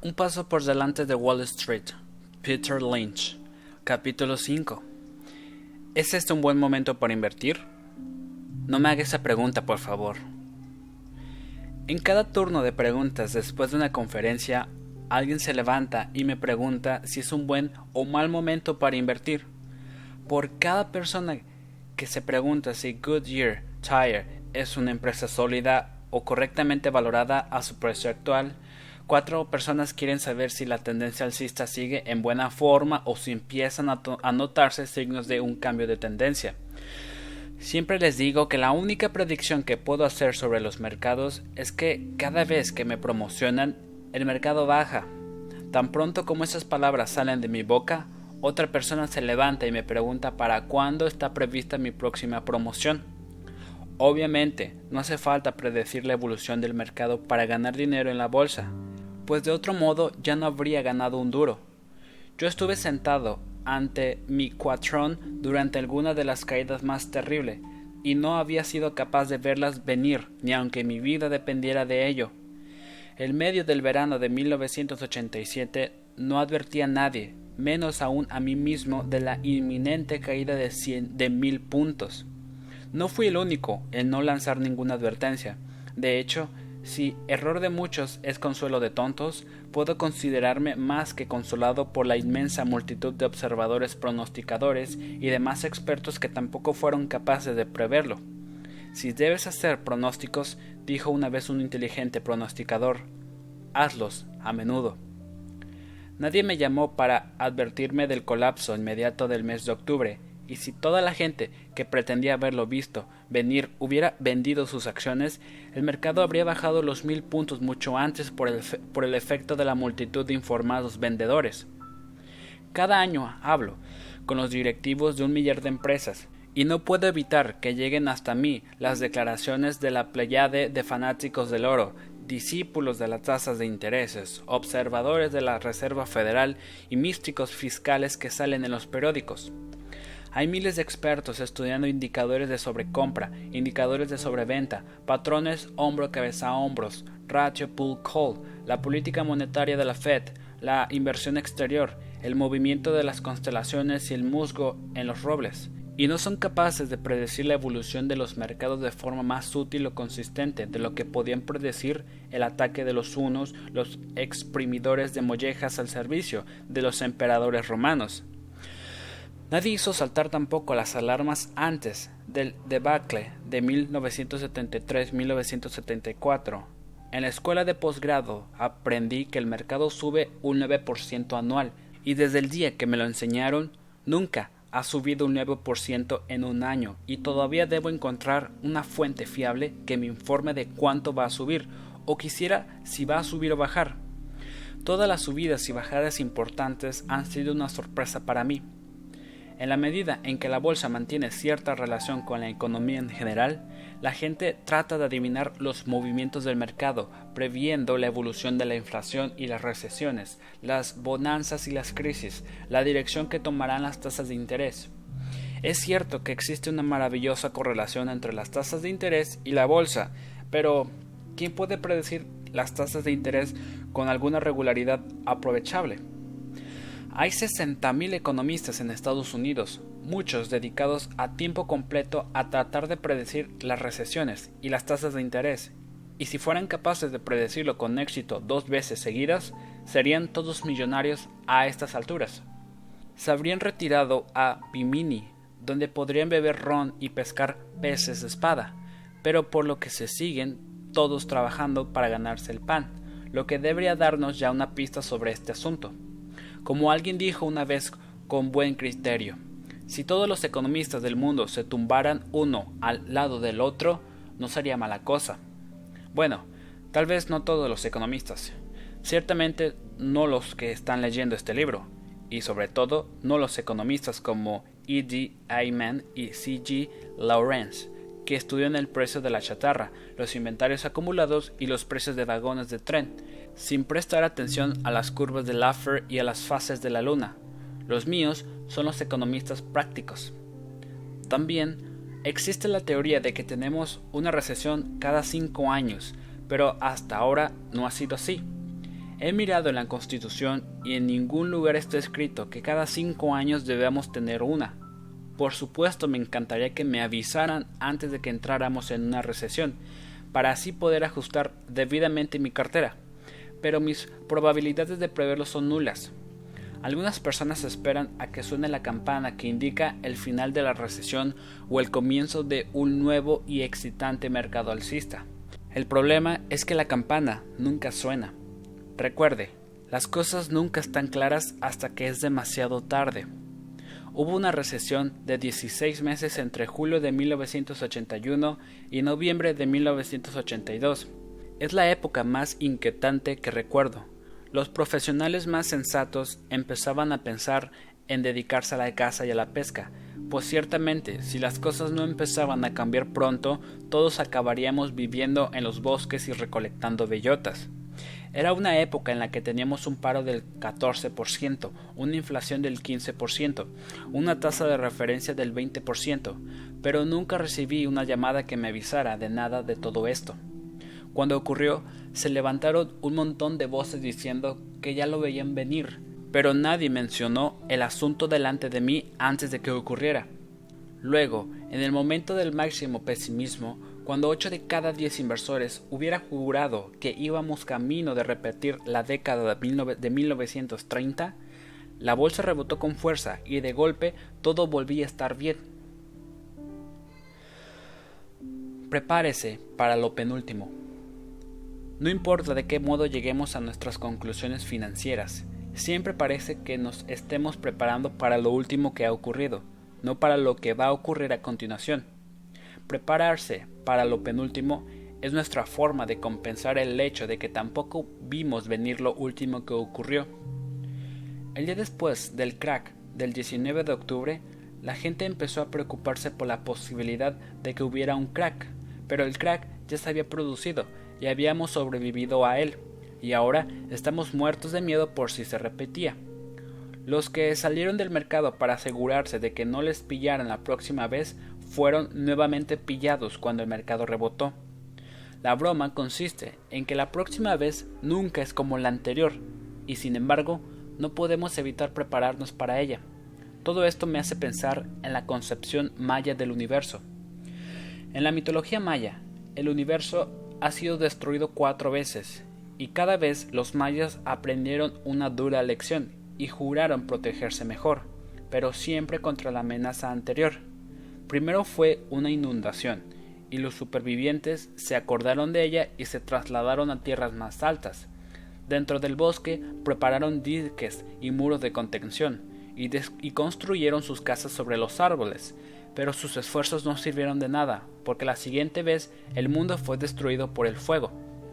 Un paso por delante de Wall Street. Peter Lynch. Capítulo 5. ¿Es este un buen momento para invertir? No me haga esa pregunta, por favor. En cada turno de preguntas después de una conferencia, alguien se levanta y me pregunta si es un buen o mal momento para invertir. Por cada persona que se pregunta si Goodyear Tire es una empresa sólida o correctamente valorada a su precio actual, 4 personas quieren saber si la tendencia alcista sigue en buena forma o si empiezan a notarse signos de un cambio de tendencia. Siempre les digo que la única predicción que puedo hacer sobre los mercados es que cada vez que me promocionan, el mercado baja. Tan pronto como esas palabras salen de mi boca, otra persona se levanta y me pregunta para cuándo está prevista mi próxima promoción. Obviamente, no hace falta predecir la evolución del mercado para ganar dinero en la bolsa, pues de otro modo ya no habría ganado un duro. Yo estuve sentado ante mi Quatron durante alguna de las caídas más terribles, y no había sido capaz de verlas venir, ni aunque mi vida dependiera de ello. En medio del verano de 1987 no advertí a nadie, menos aún a mí mismo, de la inminente caída de 1000 puntos. No fui el único en no lanzar ninguna advertencia. De hecho, si error de muchos es consuelo de tontos, puedo considerarme más que consolado por la inmensa multitud de observadores pronosticadores y demás expertos que tampoco fueron capaces de preverlo. Si debes hacer pronósticos, dijo una vez un inteligente pronosticador, hazlos a menudo. Nadie me llamó para advertirme del colapso inmediato del mes de octubre, y si toda la gente que pretendía haberlo visto venir hubiera vendido sus acciones, el mercado habría bajado los 1000 puntos mucho antes por el efecto de la multitud de informados vendedores. Cada año hablo con los directivos de 1 millar de empresas, y no puedo evitar que lleguen hasta mí las declaraciones de la pléyade de fanáticos del oro, discípulos de las tasas de intereses, observadores de la Reserva Federal y místicos fiscales que salen en los periódicos. Hay miles de expertos estudiando indicadores de sobrecompra, indicadores de sobreventa, patrones hombro-cabeza-hombros, ratio pull-call, la política monetaria de la Fed, la inversión exterior, el movimiento de las constelaciones y el musgo en los robles, y no son capaces de predecir la evolución de los mercados de forma más sutil o consistente de lo que podían predecir el ataque de los hunos, los exprimidores de mollejas al servicio de los emperadores romanos. Nadie hizo saltar tampoco las alarmas antes del debacle de 1973-1974. En la escuela de posgrado aprendí que el mercado sube un 9% anual, y desde el día que me lo enseñaron, nunca ha subido un 9% en un año, y todavía debo encontrar una fuente fiable que me informe de cuánto va a subir, o quisiera si va a subir o bajar. Todas las subidas y bajadas importantes han sido una sorpresa para mí. En la medida en que la bolsa mantiene cierta relación con la economía en general, la gente trata de adivinar los movimientos del mercado, previendo la evolución de la inflación y las recesiones, las bonanzas y las crisis, la dirección que tomarán las tasas de interés. Es cierto que existe una maravillosa correlación entre las tasas de interés y la bolsa, pero ¿quién puede predecir las tasas de interés con alguna regularidad aprovechable? Hay 60.000 economistas en Estados Unidos, muchos dedicados a tiempo completo a tratar de predecir las recesiones y las tasas de interés, y si fueran capaces de predecirlo con éxito 2 veces seguidas, serían todos millonarios a estas alturas. Se habrían retirado a Bimini, donde podrían beber ron y pescar peces de espada, pero por lo que se siguen todos trabajando para ganarse el pan, lo que debería darnos ya una pista sobre este asunto. Como alguien dijo una vez con buen criterio, si todos los economistas del mundo se tumbaran uno al lado del otro, no sería mala cosa. Bueno, tal vez no todos los economistas, ciertamente no los que están leyendo este libro, y sobre todo no los economistas como E.D. Ayman y C.G. Lawrence, que estudian el precio de la chatarra, los inventarios acumulados y los precios de vagones de tren, sin prestar atención a las curvas de Laffer y a las fases de la luna. Los míos son los economistas prácticos. También existe la teoría de que tenemos una recesión cada 5 años, pero hasta ahora no ha sido así. He mirado en la Constitución y en ningún lugar está escrito que cada 5 años debamos tener una. Por supuesto, me encantaría que me avisaran antes de que entráramos en una recesión, para así poder ajustar debidamente mi cartera, pero mis probabilidades de preverlo son nulas. Algunas personas esperan a que suene la campana que indica el final de la recesión o el comienzo de un nuevo y excitante mercado alcista. El problema es que la campana nunca suena. Recuerde, las cosas nunca están claras hasta que es demasiado tarde. Hubo una recesión de 16 meses entre julio de 1981 y noviembre de 1982. Es la época más inquietante que recuerdo. Los profesionales más sensatos empezaban a pensar en dedicarse a la caza y a la pesca, pues ciertamente si las cosas no empezaban a cambiar pronto, todos acabaríamos viviendo en los bosques y recolectando bellotas. Era una época en la que teníamos un paro del 14%, una inflación del 15%, una tasa de referencia del 20%, pero nunca recibí una llamada que me avisara de nada de todo esto. Cuando ocurrió, se levantaron un montón de voces diciendo que ya lo veían venir, pero nadie mencionó el asunto delante de mí antes de que ocurriera. Luego, en el momento del máximo pesimismo, cuando 8 de cada 10 inversores hubiera jurado que íbamos camino de repetir la década de 1930, la bolsa rebotó con fuerza y de golpe todo volvía a estar bien. Prepárese para lo penúltimo. No importa de qué modo lleguemos a nuestras conclusiones financieras, siempre parece que nos estemos preparando para lo último que ha ocurrido, no para lo que va a ocurrir a continuación. Prepararse para lo penúltimo es nuestra forma de compensar el hecho de que tampoco vimos venir lo último que ocurrió. El día después del crack del 19 de octubre, la gente empezó a preocuparse por la posibilidad de que hubiera un crack, pero el crack ya se había producido y habíamos sobrevivido a él, y ahora estamos muertos de miedo por si se repetía. Los que salieron del mercado para asegurarse de que no les pillaran la próxima vez fueron nuevamente pillados cuando el mercado rebotó. La broma consiste en que la próxima vez nunca es como la anterior, y sin embargo no podemos evitar prepararnos para ella. Todo esto me hace pensar en la concepción maya del universo. En la mitología maya, el universo ha sido destruido 4 veces, y cada vez los mayas aprendieron una dura lección y juraron protegerse mejor, pero siempre contra la amenaza anterior. Primero fue una inundación, y los supervivientes se acordaron de ella y se trasladaron a tierras más altas. Dentro del bosque prepararon diques y muros de contención, y construyeron sus casas sobre los árboles, pero sus esfuerzos no sirvieron de nada, porque la siguiente vez el mundo fue destruido por el fuego.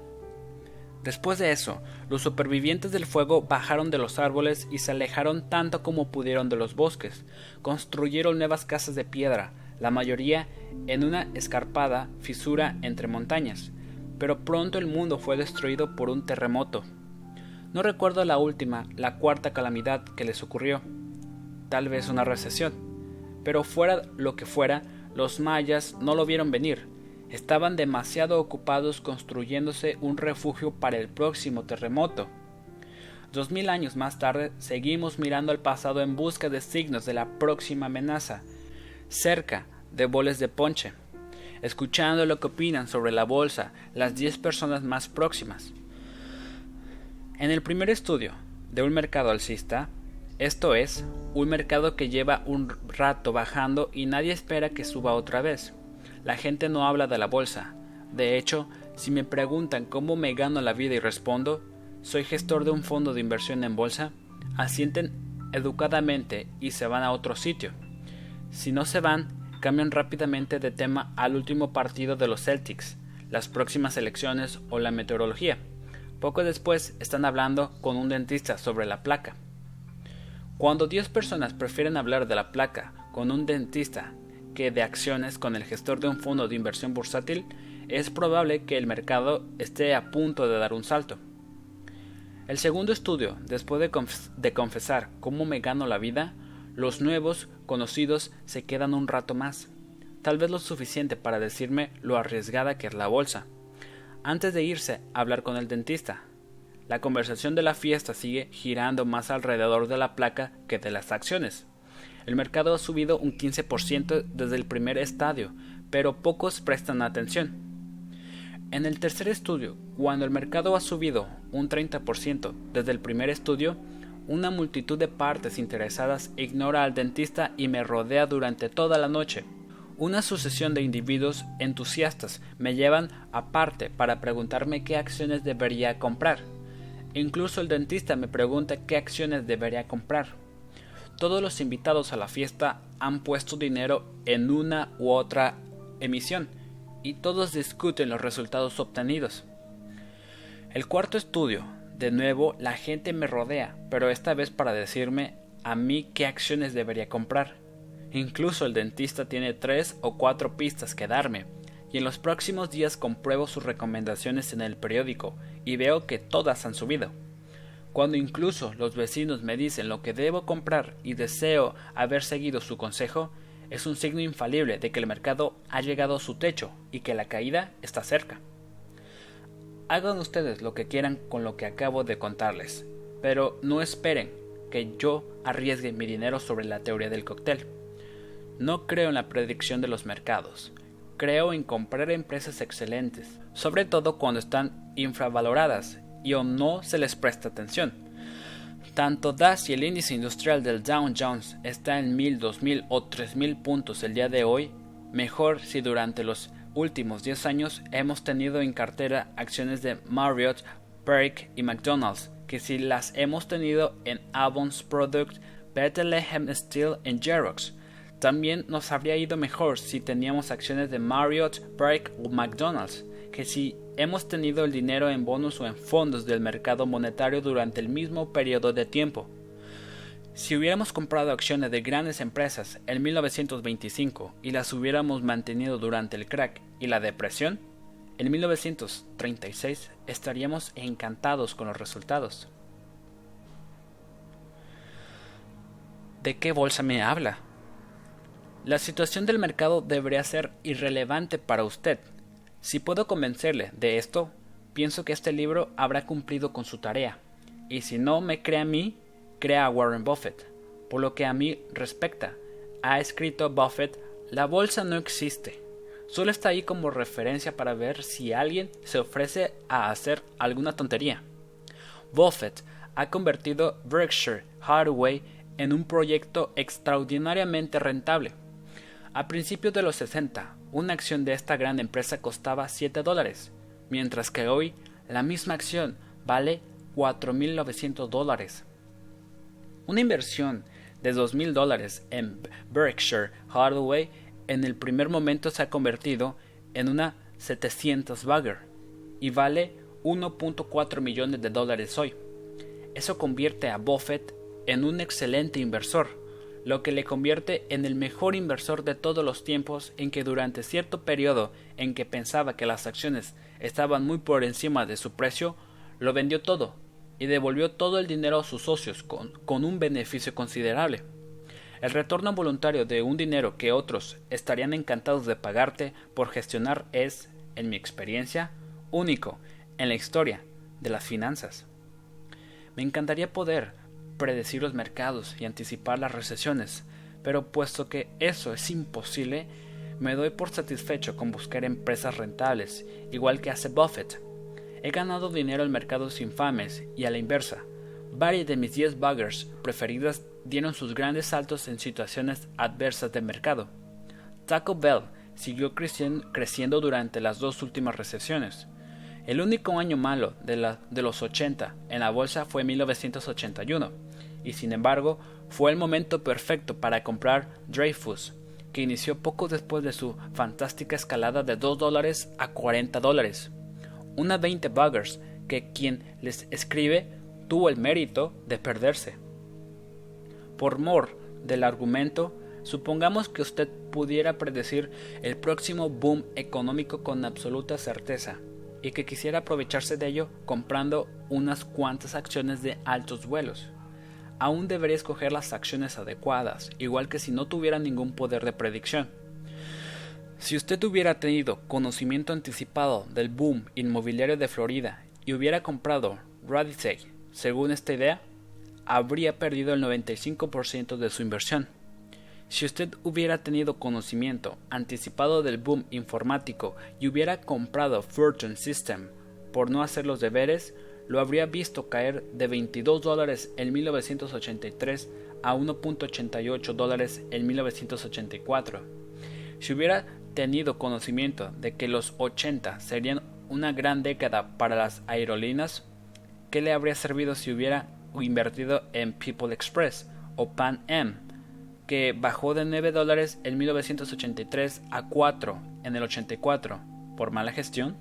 Después de eso, los supervivientes del fuego bajaron de los árboles y se alejaron tanto como pudieron de los bosques. Construyeron nuevas casas de piedra, la mayoría en una escarpada fisura entre montañas, pero pronto el mundo fue destruido por un terremoto. No recuerdo la cuarta calamidad que les ocurrió, tal vez una recesión. Pero fuera lo que fuera, los mayas no lo vieron venir. Estaban demasiado ocupados construyéndose un refugio para el próximo terremoto. 2000 años más tarde, seguimos mirando al pasado en busca de signos de la próxima amenaza, cerca de boles de ponche, escuchando lo que opinan sobre la bolsa las 10 personas más próximas. En el primer estudio de un mercado alcista, esto es, un mercado que lleva un rato bajando y nadie espera que suba otra vez. La gente no habla de la bolsa. De hecho, si me preguntan cómo me gano la vida y respondo, soy gestor de un fondo de inversión en bolsa, asienten educadamente y se van a otro sitio. Si no se van, cambian rápidamente de tema al último partido de los Celtics, las próximas elecciones o la meteorología. Poco después están hablando con un dentista sobre la placa. Cuando 10 personas prefieren hablar de la placa con un dentista que de acciones con el gestor de un fondo de inversión bursátil, es probable que el mercado esté a punto de dar un salto. El segundo estudio, después de confesar cómo me gano la vida, los nuevos conocidos se quedan un rato más, tal vez lo suficiente para decirme lo arriesgada que es la bolsa, antes de irse a hablar con el dentista. La conversación de la fiesta sigue girando más alrededor de la placa que de las acciones. El mercado ha subido un 15% desde el primer estadio, pero pocos prestan atención. En el tercer estudio, cuando el mercado ha subido un 30% desde el primer estudio, una multitud de partes interesadas ignora al dentista y me rodea durante toda la noche. Una sucesión de individuos entusiastas me llevan aparte para preguntarme qué acciones debería comprar. Incluso el dentista me pregunta qué acciones debería comprar. Todos los invitados a la fiesta han puesto dinero en una u otra emisión y todos discuten los resultados obtenidos. El cuarto estudio, de nuevo la gente me rodea, pero esta vez para decirme a mí qué acciones debería comprar. Incluso el dentista tiene 3 o 4 pistas que darme, y en los próximos días compruebo sus recomendaciones en el periódico y veo que todas han subido. Cuando incluso los vecinos me dicen lo que debo comprar y deseo haber seguido su consejo, es un signo infalible de que el mercado ha llegado a su techo y que la caída está cerca. Hagan ustedes lo que quieran con lo que acabo de contarles, pero no esperen que yo arriesgue mi dinero sobre la teoría del cóctel. No creo en la predicción de los mercados. Creo en comprar empresas excelentes, sobre todo cuando están infravaloradas y o no se les presta atención. Tanto si el índice industrial del Dow Jones está en 1000, 2000 o 3000 puntos el día de hoy, mejor si durante los últimos 10 años hemos tenido en cartera acciones de Marriott, Perrick y McDonald's, que si las hemos tenido en Avon's Product, Bethlehem Steel y Xerox. También nos habría ido mejor si teníamos acciones de Marriott, Perrick o McDonald's, que si hemos tenido el dinero en bonos o en fondos del mercado monetario durante el mismo periodo de tiempo. Si hubiéramos comprado acciones de grandes empresas en 1925 y las hubiéramos mantenido durante el crack y la depresión, en 1936 estaríamos encantados con los resultados. ¿De qué bolsa me habla? La situación del mercado debería ser irrelevante para usted. Si puedo convencerle de esto, pienso que este libro habrá cumplido con su tarea. Y si no me cree a mí, crea a Warren Buffett. Por lo que a mí respecta, ha escrito Buffett, la bolsa no existe. Solo está ahí como referencia para ver si alguien se ofrece a hacer alguna tontería. Buffett ha convertido Berkshire Hathaway en un proyecto extraordinariamente rentable. A principios de los 60, una acción de esta gran empresa costaba $7, mientras que hoy la misma acción vale $4,900. Una inversión de $2,000 en Berkshire Hathaway en el primer momento se ha convertido en una 700 bagger y vale $1.4 millones hoy. Eso convierte a Buffett en un excelente inversor, lo que le convierte en el mejor inversor de todos los tiempos, en que durante cierto periodo en que pensaba que las acciones estaban muy por encima de su precio, lo vendió todo y devolvió todo el dinero a sus socios con un beneficio considerable. El retorno voluntario de un dinero que otros estarían encantados de pagarte por gestionar es, en mi experiencia, único en la historia de las finanzas. Me encantaría poder predecir los mercados y anticipar las recesiones, pero puesto que eso es imposible, me doy por satisfecho con buscar empresas rentables, igual que hace Buffett. He ganado dinero en mercados infames y a la inversa. Varias de mis 10 buggers preferidas dieron sus grandes saltos en situaciones adversas de mercado. Taco Bell siguió creciendo durante las 2 últimas recesiones. El único año malo de los 80 en la bolsa fue 1981, y sin embargo fue el momento perfecto para comprar Dreyfus, que inició poco después de su fantástica escalada de $2 a $40. Unas 20 buggers que quien les escribe tuvo el mérito de perderse. Por mor del argumento, supongamos que usted pudiera predecir el próximo boom económico con absoluta certeza y que quisiera aprovecharse de ello comprando unas cuantas acciones de altos vuelos. Aún debería escoger las acciones adecuadas, igual que si no tuviera ningún poder de predicción. Si usted hubiera tenido conocimiento anticipado del boom inmobiliario de Florida y hubiera comprado Radisson, según esta idea, habría perdido el 95% de su inversión. Si usted hubiera tenido conocimiento anticipado del boom informático y hubiera comprado Fortune System por no hacer los deberes, lo habría visto caer de $22 en 1983 a $1.88 en 1984. Si hubiera tenido conocimiento de que los 80 serían una gran década para las aerolíneas, ¿qué le habría servido si hubiera invertido en People Express o Pan Am, que bajó de $9 en 1983 a $4 en el 84 por mala gestión?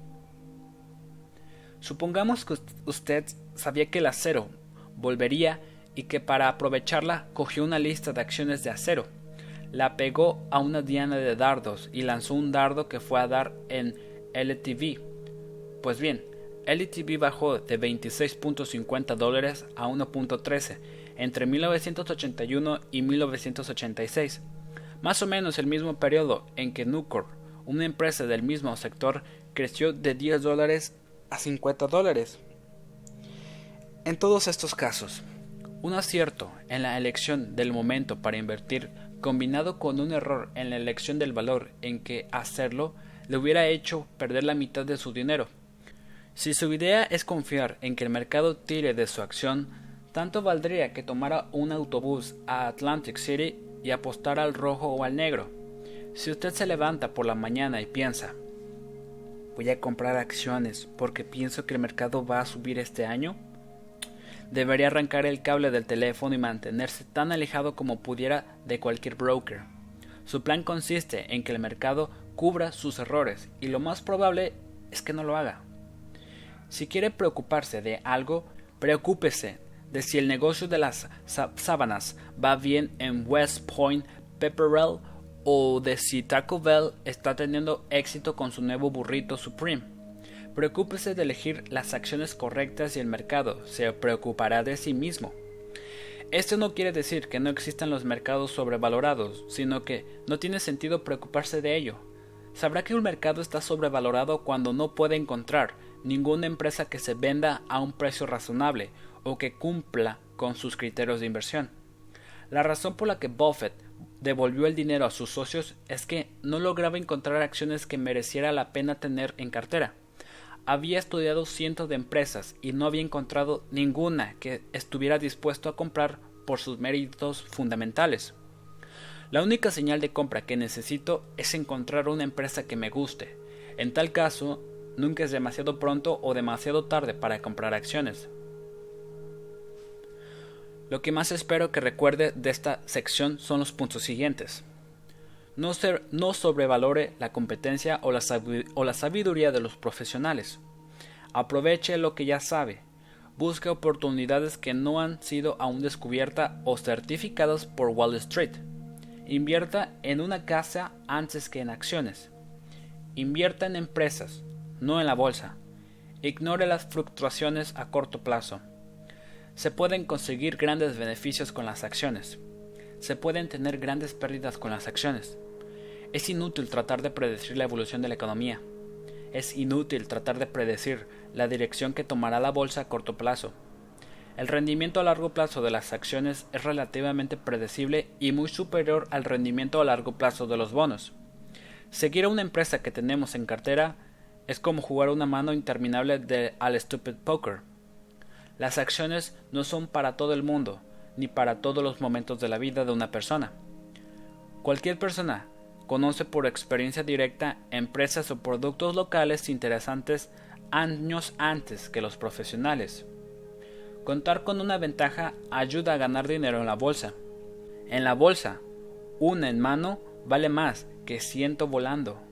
Supongamos que usted sabía que el acero volvería y que para aprovecharla cogió una lista de acciones de acero, la pegó a una diana de dardos y lanzó un dardo que fue a dar en LTV. Pues bien, LTV bajó de $26.50 a $1.13 entre 1981 y 1986, más o menos el mismo periodo en que Nucor, una empresa del mismo sector, creció de $10 a $50. En todos estos casos, un acierto en la elección del momento para invertir combinado con un error en la elección del valor en que hacerlo le hubiera hecho perder la mitad de su dinero. Si su idea es confiar en que el mercado tire de su acción, tanto valdría que tomara un autobús a Atlantic City y apostara al rojo o al negro. Si usted se levanta por la mañana y piensa, voy a comprar acciones porque pienso que el mercado va a subir este año, debería arrancar el cable del teléfono y mantenerse tan alejado como pudiera de cualquier broker. Su plan consiste en que el mercado cubra sus errores y lo más probable es que no lo haga. Si quiere preocuparse de algo, preocúpese de si el negocio de las sábanas va bien en West Point Pepperell o de si Taco Bell está teniendo éxito con su nuevo burrito Supreme. Preocúpese de elegir las acciones correctas y el mercado se preocupará de sí mismo. Esto no quiere decir que no existan los mercados sobrevalorados, sino que no tiene sentido preocuparse de ello. Sabrá que un mercado está sobrevalorado cuando no puede encontrar ninguna empresa que se venda a un precio razonable o que cumpla con sus criterios de inversión. La razón por la que Buffett devolvió el dinero a sus socios es que no lograba encontrar acciones que mereciera la pena tener en cartera. Había estudiado cientos de empresas y no había encontrado ninguna que estuviera dispuesto a comprar por sus méritos fundamentales. La única señal de compra que necesito es encontrar una empresa que me guste. En tal caso, nunca es demasiado pronto o demasiado tarde para comprar acciones. Lo que más espero que recuerde de esta sección son los puntos siguientes. No sobrevalore la competencia o la sabiduría de los profesionales. Aproveche lo que ya sabe. Busque oportunidades que no han sido aún descubiertas o certificadas por Wall Street. Invierta en una casa antes que en acciones. Invierta en empresas, no en la bolsa. Ignore las fluctuaciones a corto plazo. Se pueden conseguir grandes beneficios con las acciones. Se pueden tener grandes pérdidas con las acciones. Es inútil tratar de predecir la evolución de la economía. Es inútil tratar de predecir la dirección que tomará la bolsa a corto plazo. El rendimiento a largo plazo de las acciones es relativamente predecible y muy superior al rendimiento a largo plazo de los bonos. Seguir a una empresa que tenemos en cartera es como jugar una mano interminable al stupid poker. Las acciones no son para todo el mundo, ni para todos los momentos de la vida de una persona. Cualquier persona conoce por experiencia directa empresas o productos locales interesantes años antes que los profesionales. Contar con una ventaja ayuda a ganar dinero en la bolsa. En la bolsa, una en mano vale más que 100 volando.